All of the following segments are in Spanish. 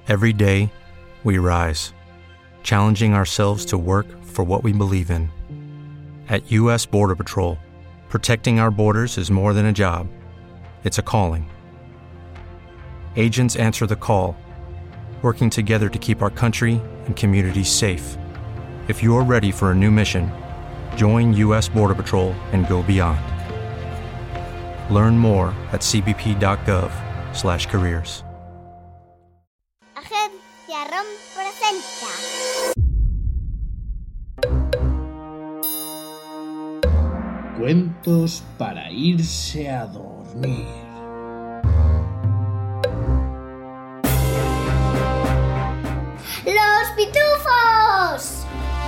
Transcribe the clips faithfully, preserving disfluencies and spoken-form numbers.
Every day, we rise, challenging ourselves to work for what we believe in. At U S Border Patrol, protecting our borders is more than a job. It's a calling. Agents answer the call, working together to keep our country and communities safe. If you're ready for a new mission, join U S Border Patrol and go beyond. Learn more at c b p dot gov slash careers. Agencia ROM presenta Cuentos para irse a dormir. ¡Los pitufos!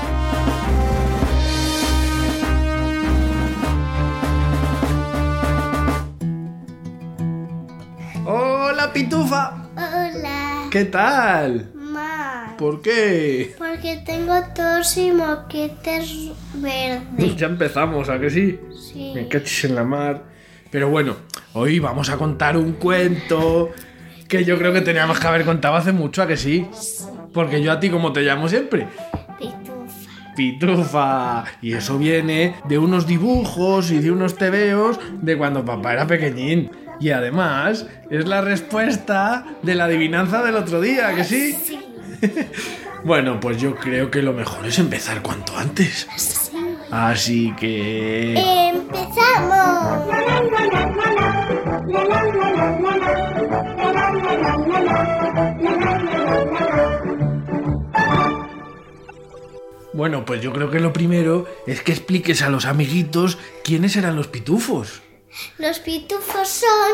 ¡Hola, Pitufa! Hola. ¿Qué tal? Mal. ¿Por qué? Porque tengo tos y moquetes verdes. Ya empezamos, ¿a que sí? Sí. Me cachis en la mar. Pero bueno, hoy vamos a contar un cuento que yo creo que teníamos que haber contado hace mucho, ¿a que sí? Porque yo a ti, ¿cómo te llamo siempre? Pitufa. Pitufa. Y eso viene de unos dibujos y de unos tebeos de cuando papá era pequeñín. Y además es la respuesta de la adivinanza del otro día, ¿a que sí? Sí. Bueno, pues yo creo que lo mejor es empezar cuanto antes. Sí. Así que... ¡Empezamos! Bueno, pues yo creo que lo primero es que expliques a los amiguitos quiénes eran los pitufos. Los pitufos son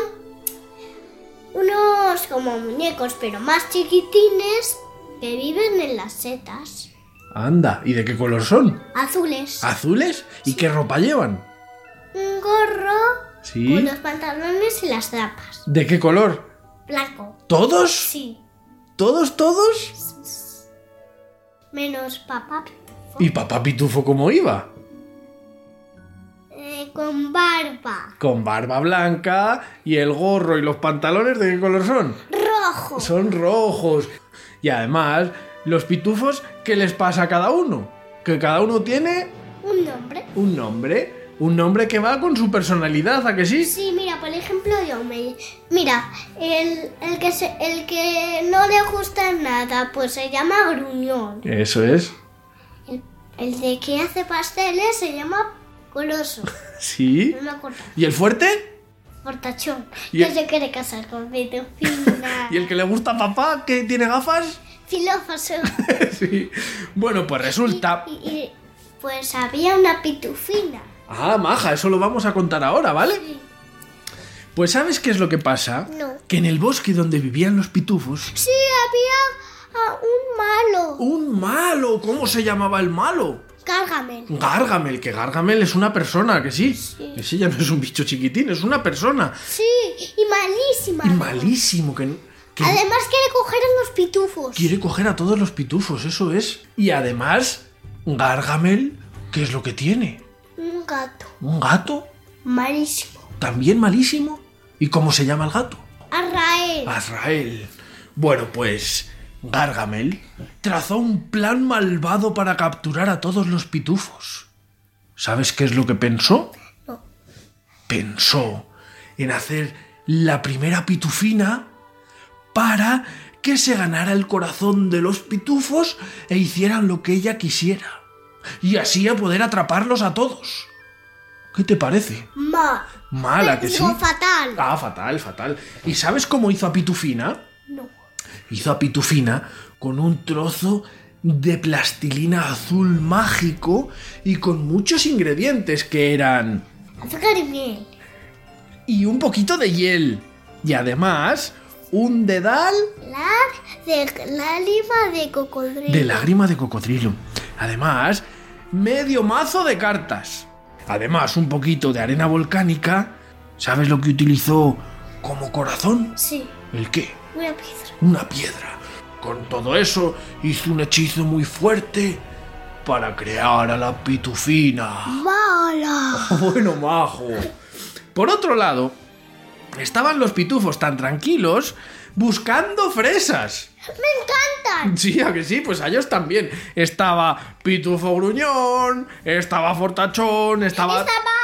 unos como muñecos, pero más chiquitines, que viven en las setas. Anda, ¿y de qué color son? Azules. ¿Azules? ¿Y qué ropa llevan? Un gorro Sí. con los pantalones y las trapas. ¿De qué color? Blanco. ¿Todos? Sí. ¿Todos, todos? Menos papá pitufo. ¿Y papá pitufo cómo iba? Eh, con barba. Con barba blanca y el gorro y los pantalones, ¿de qué color son? Rojo. Son rojos. Y además, los pitufos, ¿qué les pasa a cada uno? Que cada uno tiene Un nombre. un nombre. Un nombre que va con su personalidad, ¿a que sí? Sí, mira, por ejemplo, yo me... Mira, el, el, que se, el que no le gusta nada, pues se llama gruñón. Eso es. El, el de que hace pasteles se llama goloso. Sí. No me acuerdo. ¿Y el fuerte? Portachón. ¿Y Que el- se quiere casar con Pitufina. ¿Y el que le gusta a papá, que tiene gafas? Filófaso. Sí. Bueno, pues resulta... Y, y- pues había una pitufina. Ah, maja, eso lo vamos a contar ahora, ¿vale? Sí. Pues ¿sabes qué es lo que pasa? No. Que en el bosque donde vivían los pitufos... Sí, había ah, un malo. ¡Un malo! ¿Cómo se llamaba el malo? Gargamel. Gargamel, que Gargamel es una persona, ¿que sí? Sí. Ese ya no es un bicho chiquitín, es una persona. Sí, y malísima. Y malísimo, que, que Además quiere coger a los pitufos. quiere coger a todos los pitufos, eso es. Y además, Gargamel, ¿qué es lo que tiene? Un gato. ¿Un gato? Malísimo. ¿También malísimo? ¿Y cómo se llama el gato? Arrael. Azrael. Bueno, pues Gargamel trazó un plan malvado para capturar a todos los pitufos. ¿Sabes qué es lo que pensó? No. Pensó en hacer la primera pitufina para que se ganara el corazón de los pitufos e hicieran lo que ella quisiera. Y así a poder atraparlos a todos. ¿Qué te parece? Ma. Mala, que sí. Digo, fatal. Ah, fatal, fatal. ¿Y sabes cómo hizo a Pitufina? No. Hizo a Pitufina con un trozo de plastilina azul mágico y con muchos ingredientes que eran... Azúcar y miel. y un poquito de hiel. Y además, un dedal La de lágrima de cocodrilo. de lágrima de cocodrilo. Además, medio mazo de cartas. Además, un poquito de arena volcánica. ¿Sabes lo que utilizó como corazón? Sí, ¿El qué? una piedra. Una piedra. Con todo eso, hizo un hechizo muy fuerte para crear a la Pitufina. ¡Mala! Bueno, majo. Por otro lado, estaban los pitufos tan tranquilos buscando fresas. Me encantan. Sí, ¿a que sí? Pues a ellos también. Estaba Pitufo Gruñón, estaba Fortachón, estaba... Estaba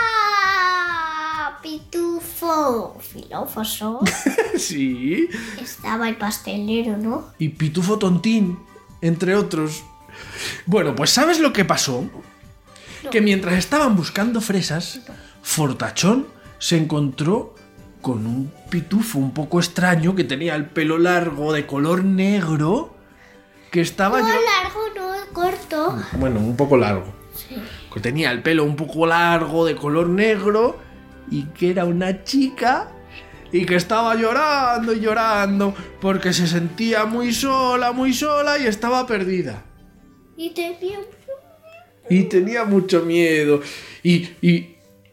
Pitufo Filófoso. Sí. Estaba el pastelero, ¿no? Y Pitufo Tontín, entre otros. Bueno, pues ¿sabes lo que pasó? No. Que mientras estaban buscando fresas, Fortachón se encontró con un pitufo un poco extraño que tenía el pelo largo de color negro, que estaba... No yo- largo, no corto. Bueno, un poco largo. Sí. Que tenía el pelo un poco largo de color negro y que era una chica y que estaba llorando y llorando porque se sentía muy sola, muy sola y estaba perdida. Y tenía... Y tenía mucho miedo. Y, y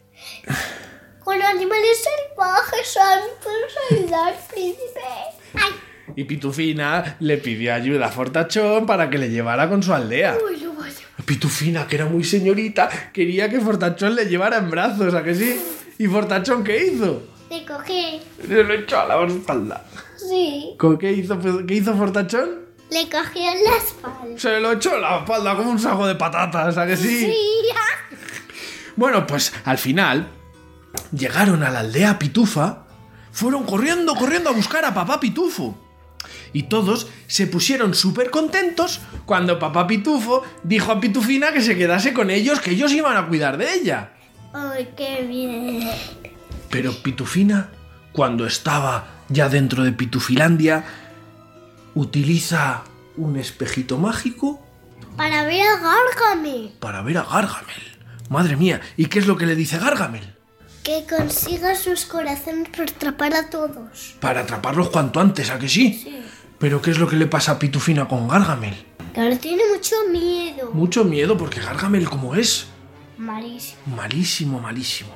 Con animales salvajes, ¿sabes? ¿Puedes ayudar, príncipe? ¡Ay! Y Pitufina le pidió ayuda a Fortachón para que le llevara con su aldea. Uy, lo voy a... Pitufina, que era muy señorita, quería que Fortachón le llevara en brazos, ¿a que sí? ¿Y Fortachón qué hizo? Te cogí. Se lo echó a la espalda. Sí. ¿Con qué hizo, qué hizo Fortachón? Le cogió en la espalda. Se lo echó a la espalda como un saco de patatas, ¿a que sí? Sí. Bueno, pues al final llegaron a la aldea Pitufa, fueron corriendo, corriendo a buscar a papá Pitufo. Y todos se pusieron súper contentos cuando papá Pitufo dijo a Pitufina que se quedase con ellos, que ellos iban a cuidar de ella. Ay, qué bien. Pero Pitufina, cuando estaba ya dentro de Pitufilandia, utiliza un espejito mágico Para ver a Gargamel. para ver a Gargamel. Madre mía, ¿y qué es lo que le dice Gargamel? Que consiga sus corazones para atrapar a todos. Para atraparlos cuanto antes, ¿a que sí? Sí. ¿Pero qué es lo que le pasa a Pitufina con Gargamel? Que ahora tiene mucho miedo. Mucho miedo porque Gargamel, como es, Malísimo. malísimo, malísimo.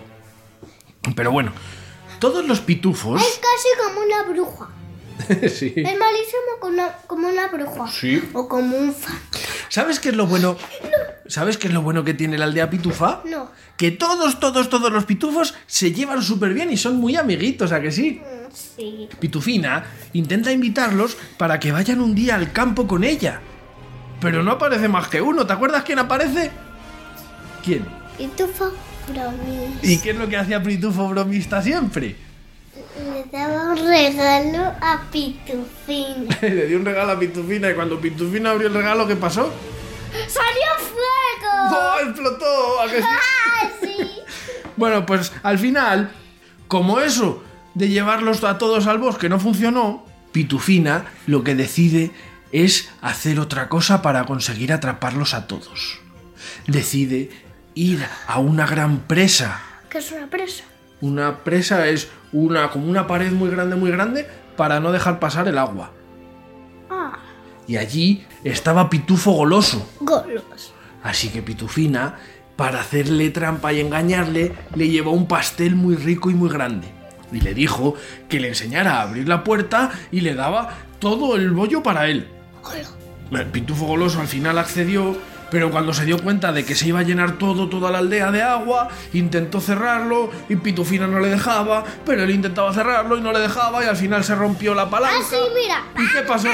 Pero bueno, todos los pitufos... Es casi como una bruja. Sí. Es malísimo como una, como una bruja. Sí. O como un fan. ¿Sabes qué es lo bueno? ¿Sabes qué es lo bueno que tiene la aldea Pitufa? No. Que todos, todos, todos los pitufos se llevan súper bien y son muy amiguitos, ¿a que sí? Mm, Sí. Pitufina intenta invitarlos para que vayan un día al campo con ella. Pero no aparece más que uno. ¿Te acuerdas quién aparece? ¿Quién? Pitufo bromis. ¿Y qué es lo que hacía Pitufo bromista siempre? Le daba un regalo a Pitufina. Le dio un regalo a Pitufina y cuando Pitufina abrió el regalo, ¿qué pasó? ¡Salió fuego! ¡Oh, explotó! ¿A que sí? ¡Ah, sí! Bueno, pues al final, como eso de llevarlos a todos al bosque no funcionó, Pitufina lo que decide es hacer otra cosa para conseguir atraparlos a todos. Decide ir a una gran presa. ¿Qué es una presa? Una presa es una como una pared muy grande, muy grande, para no dejar pasar el agua. Ah, Y allí estaba Pitufo goloso. golos. Así que Pitufina, para hacerle trampa y engañarle, le llevó un pastel muy rico y muy grande. Y le dijo que le enseñara a abrir la puerta y le daba todo el bollo para él. Hola. El Pitufo goloso al final accedió, pero cuando se dio cuenta de que se iba a llenar todo, toda la aldea de agua, intentó cerrarlo y Pitufina no le dejaba, pero él intentaba cerrarlo y no le dejaba y al final se rompió la palanca. Ah, sí, mira. ¿Y qué pasó?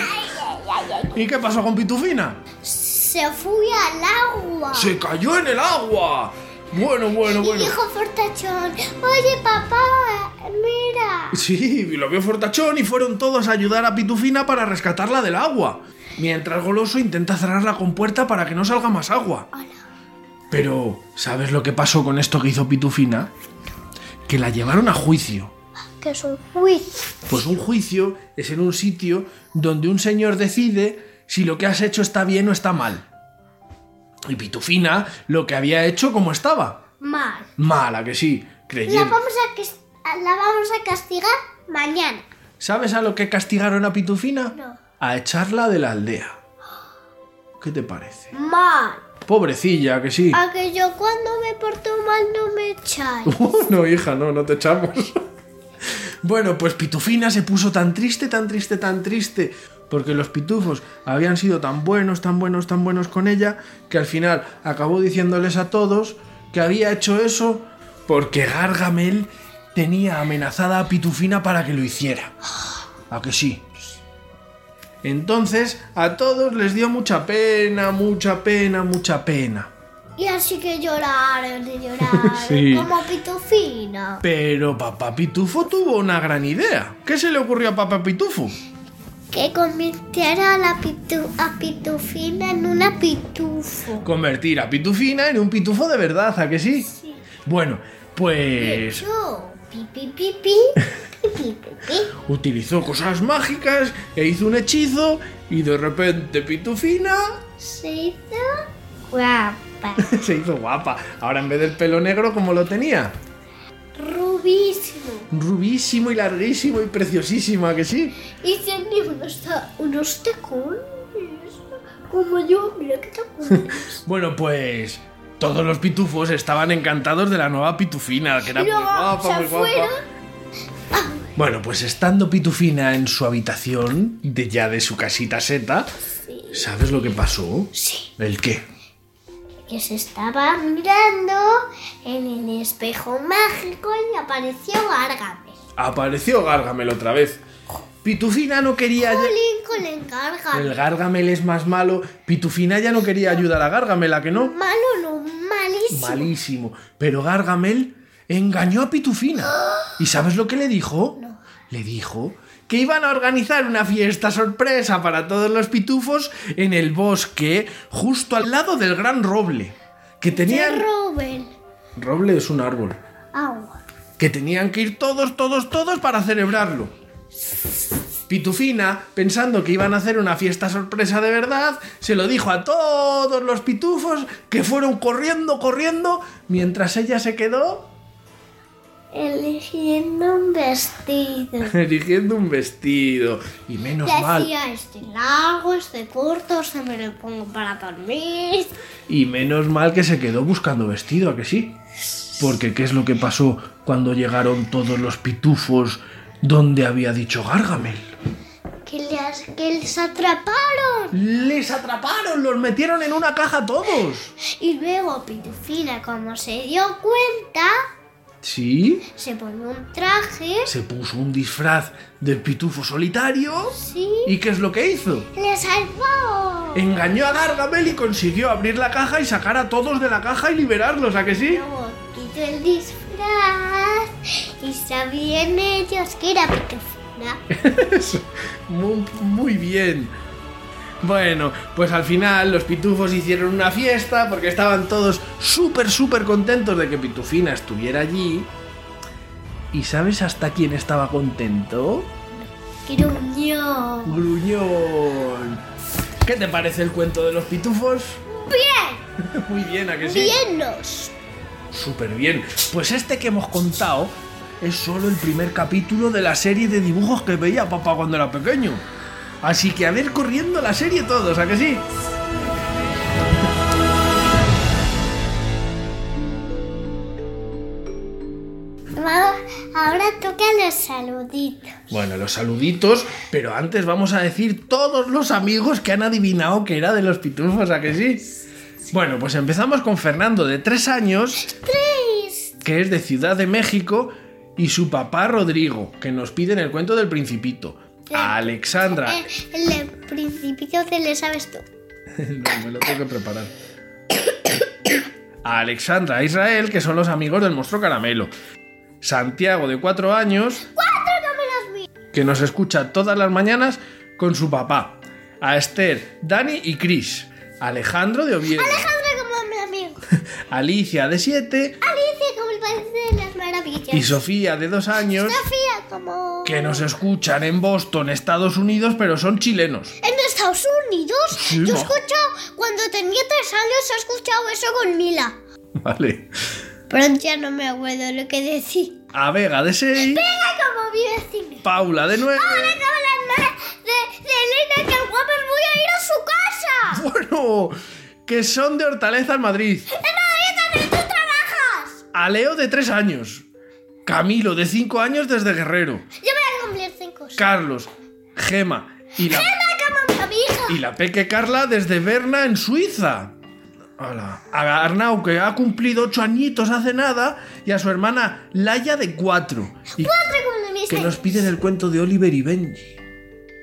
¿Y qué pasó con Pitufina? Se fue al agua. ¡Se cayó en el agua! Bueno, bueno, Y bueno. dijo Fortachón, oye papá, mira. Sí, y lo vio Fortachón y fueron todos a ayudar a Pitufina para rescatarla del agua. Mientras Goloso intenta cerrar la compuerta para que no salga más agua. Hola. Pero, ¿sabes lo que pasó con esto que hizo Pitufina? Que la llevaron a juicio. Que es un juicio. Pues un juicio es en un sitio donde un señor decide si lo que has hecho está bien o está mal. Y Pitufina lo que había hecho como estaba. Mal. Mala que sí, La creyendo. vamos a, cas- la vamos a castigar mañana. ¿Sabes a lo que castigaron a Pitufina? No. A echarla de la aldea. ¿Qué te parece? Mal. Pobrecilla, que sí. A que yo cuando me porto mal no me echáis. No, hija, no, no te echamos. Bueno, pues Pitufina se puso tan triste, tan triste, tan triste, porque los pitufos habían sido tan buenos, tan buenos, tan buenos con ella, que al final acabó diciéndoles a todos que había hecho eso porque Gargamel tenía amenazada a Pitufina para que lo hiciera. ¿A que sí? Entonces a todos les dio mucha pena, mucha pena, mucha pena. Y así que lloraron y lloraron, Sí. como Pitufina. Pero Papá Pitufo tuvo una gran idea. ¿Qué se le ocurrió a Papá Pitufo? Que convirtiera a, la pitu a Pitufina en una pitufo. Convertir a Pitufina en un pitufo de verdad, ¿a que sí? Sí. Bueno, pues Yo, pi, pi, pi, pi, pi, pi, pi, pi. utilizó cosas mágicas e hizo un hechizo y de repente Pitufina Se hizo guapa, se hizo guapa. Ahora en vez del pelo negro, ¿cómo lo tenía? rubísimo. Rubísimo y larguísimo y preciosísimo, ¿a que sí? Y tenía unos, ta- unos tacones, como yo, mira qué tacones. Bueno, pues todos los pitufos estaban encantados de la nueva Pitufina, que era Y muy luego guapa, se muy guapa. fueron. Bueno, pues estando Pitufina en su habitación, de ya de su casita seta, Sí. ¿sabes lo que pasó? Sí. ¿El qué? Que se estaba mirando en el espejo mágico y apareció Gargamel. Apareció Gargamel otra vez. Pitufina no quería... ya- Colin con el Gargamel. El Gargamel es más malo. Pitufina ya no quería ayudar a Gargamel, ¿a que no? Malo no, malísimo. Malísimo. Pero Gargamel engañó a Pitufina. ¿Y sabes lo que le dijo? No. Le dijo que iban a organizar una fiesta sorpresa para todos los pitufos en el bosque, justo al lado del gran roble. Que De tenían... Robel. Roble es un árbol. Agua. Que tenían que ir todos, todos, todos para celebrarlo. Pitufina, pensando que iban a hacer una fiesta sorpresa de verdad, se lo dijo a todos los pitufos, que fueron corriendo, corriendo, mientras ella se quedó Eligiendo un vestido. eligiendo un vestido. Y menos mal, Decía, este largo, este corto, este me lo pongo para dormir. y menos mal que se quedó buscando vestido, ¿a que sí? Porque ¿qué es lo que pasó cuando llegaron todos los pitufos donde había dicho Gargamel? Que les, que les atraparon. ¡Les atraparon! ¡Los metieron en una caja todos! Y luego Pitufina, como se dio cuenta, ¿Sí? se pone un traje. Se puso un disfraz de pitufo solitario. Sí. ¿Y qué es lo que hizo? Le salvó. Engañó a Gargamel y consiguió abrir la caja y sacar a todos de la caja y liberarlos, ¿a que sí? Luego quitó el disfraz y sabían ellos que era Pitufina. Eso, muy, muy bien. Bueno, pues al final los pitufos hicieron una fiesta porque estaban todos súper, súper contentos de que Pitufina estuviera allí. ¿Y sabes hasta quién estaba contento? Gruñó. Gruñón. ¿Qué te parece el cuento de los pitufos? Bien. Muy bien, ¿a que sí? Bienos. Súper bien. Pues este que hemos contado es solo el primer capítulo de la serie de dibujos que veía papá cuando era pequeño. Así que a ver corriendo la serie todos, ¿a que sí? Va- Ahora toca los saluditos. Bueno, los saluditos, pero antes vamos a decir todos los amigos que han adivinado que era de los pitufos, ¿a que sí? Bueno, pues empezamos con Fernando, de tres años, Tres. que es de Ciudad de México, y su papá Rodrigo, que nos piden el cuento del Principito. A Alexandra... Eh, el del principito te le sabes tú. No, me lo tengo que preparar. A Alexandra e Israel, que son los amigos del monstruo caramelo. Santiago, de cuatro años, ¡Cuatro no me los vi! que nos escucha todas las mañanas con su papá. A Esther, Dani y Chris. Alejandro, de Oviedo. Alejandra como mi amigo. Alicia, de siete. Alicia como el país de las maravillas. Y Sofía, de dos años, Sofía como... que nos escuchan en Boston, Estados Unidos, pero son chilenos. ¿En Estados Unidos? Sí, Yo he ma. escuchado, cuando tenía tres años he escuchado eso con Mila. Vale. Pero ya no me acuerdo lo que decía. A Vega, de seis. Venga como mi vecina. Paula, de nueve. Ahora no hablan de, de Elena, que el guapos voy a ir a su casa. Bueno, que son de Hortaleza, Madrid. ¡En Madrid también tú trabajas! A Leo, de tres años. Camilo, de cinco años, desde Guerrero. Yo voy a cumplir cinco. Carlos, Gema y la, Venga como mi amiga. y la peque Carla desde Berna, en Suiza. Hola. A Arnau, que ha cumplido ocho añitos hace nada, y a su hermana Laia, de cuatro. Y Cuatro como mi que nos piden el cuento de Oliver y Benji.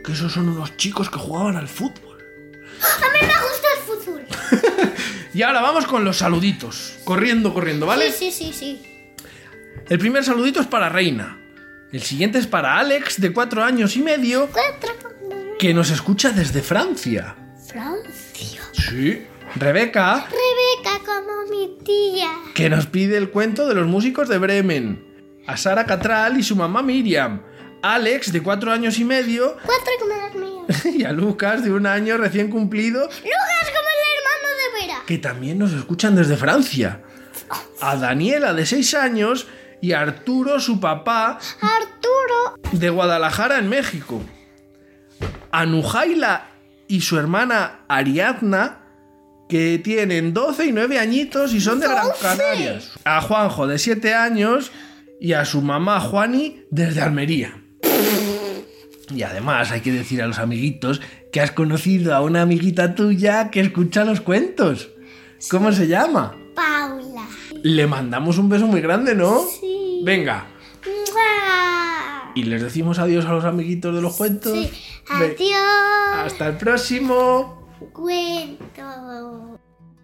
que esos son unos chicos que jugaban al fútbol. A mí me gusta el fútbol. Y ahora vamos con los saluditos. Corriendo, corriendo, ¿vale? Sí, sí, sí, sí. El primer saludito es para Reina. El siguiente es para Alex, de cuatro años y medio, que nos escucha desde Francia. Francia. Sí. Rebeca, Rebeca, como mi tía. que nos pide el cuento de los músicos de Bremen. A Sara Catral y su mamá Miriam. Alex, de cuatro años y medio. Cuatro como las mías. Y a Lucas, de un año recién cumplido, Lucas, como el hermano de Vera. que también nos escuchan desde Francia. A Daniela, de seis años, y a Arturo, su papá, Arturo. de Guadalajara, en México. A Nujaila y su hermana Ariadna, que tienen doce y nueve añitos y son de Gran Canarias. A Juanjo, de siete años, y a su mamá Juani, desde Almería. Y además hay que decir a los amiguitos que has conocido a una amiguita tuya que escucha los cuentos. ¿Cómo se llama? Paula. Le mandamos un beso muy grande, ¿no? Sí. Venga. ¡Mua! Y les decimos adiós a los amiguitos de los cuentos. Sí. Ve- Adiós. Hasta el próximo. Cuento.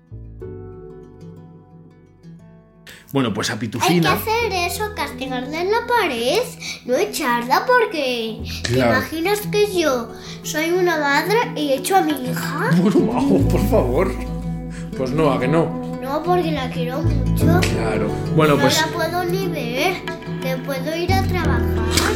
Bueno, pues a Hay que Pitufina. hacer eso, castigarla en la pared, no echarla porque... ¿Te Claro. imaginas que yo soy una madre y echo a mi hija? Bueno, Majo, por favor. Pues no, a que no. No, porque la quiero mucho. Claro. Bueno, No pues la puedo ni ver, que puedo ir a trabajar.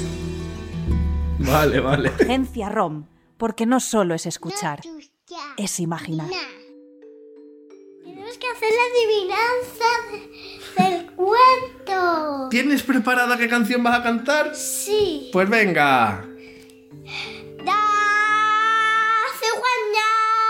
vale, vale. Agencia ROM, porque no solo es escuchar, es imaginar. Tenemos que hacer la adivinanza de- del cuento. ¿Tienes preparada qué canción vas a cantar? Sí. Pues venga. Da se guanya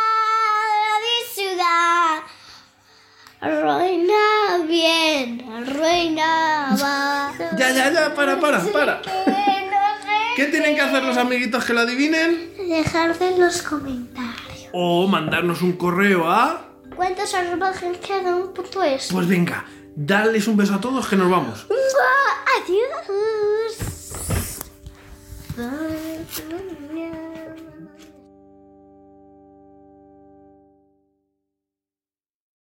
la ciudad. Reina bien, reina va. Ya, ya, ya, para, para, para. Que no sé ¿Qué tienen que hacer los amiguitos que lo adivinen? Dejar en los comentarios. O mandarnos un correo a... Cuentos arroba agencia de un punto es. Pues venga, darles un beso a todos que nos vamos. Adiós.